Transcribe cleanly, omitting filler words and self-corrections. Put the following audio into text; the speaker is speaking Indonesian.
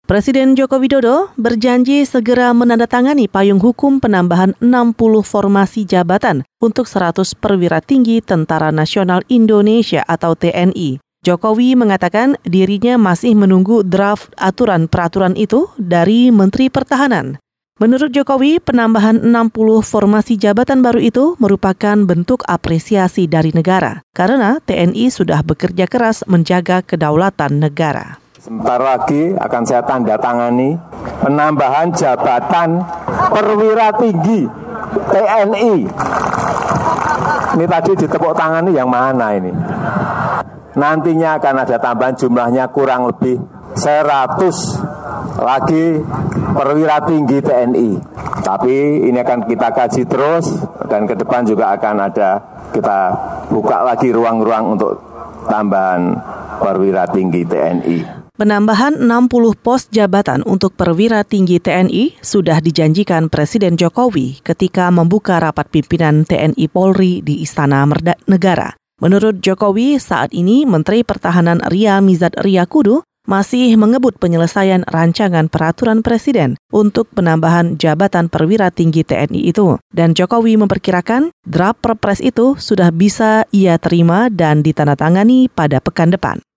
Presiden Joko Widodo berjanji segera menandatangani payung hukum penambahan 60 formasi jabatan untuk 100 perwira tinggi Tentara Nasional Indonesia atau TNI. Jokowi mengatakan dirinya masih menunggu draft aturan peraturan itu dari Menteri Pertahanan. Menurut Jokowi, penambahan 60 formasi jabatan baru itu merupakan bentuk apresiasi dari negara karena TNI sudah bekerja keras menjaga kedaulatan negara. Sebentar lagi akan saya tanda tangani penambahan jabatan perwira tinggi TNI. Ini tadi ditepuk tangan yang mana ini? Nantinya akan ada tambahan jumlahnya kurang lebih 100 lagi perwira tinggi TNI. Tapi ini akan kita kaji terus dan ke depan juga akan ada kita buka lagi ruang-ruang untuk tambahan perwira tinggi TNI. Penambahan 60 pos jabatan untuk perwira tinggi TNI sudah dijanjikan Presiden Jokowi ketika membuka rapat pimpinan TNI Polri di Istana Negara. Menurut Jokowi, saat ini Menteri Pertahanan Ria Mizat Riyakudu masih mengebut penyelesaian rancangan peraturan Presiden untuk penambahan jabatan perwira tinggi TNI itu. Dan Jokowi memperkirakan draft Perpres itu sudah bisa ia terima dan ditandatangani pada pekan depan.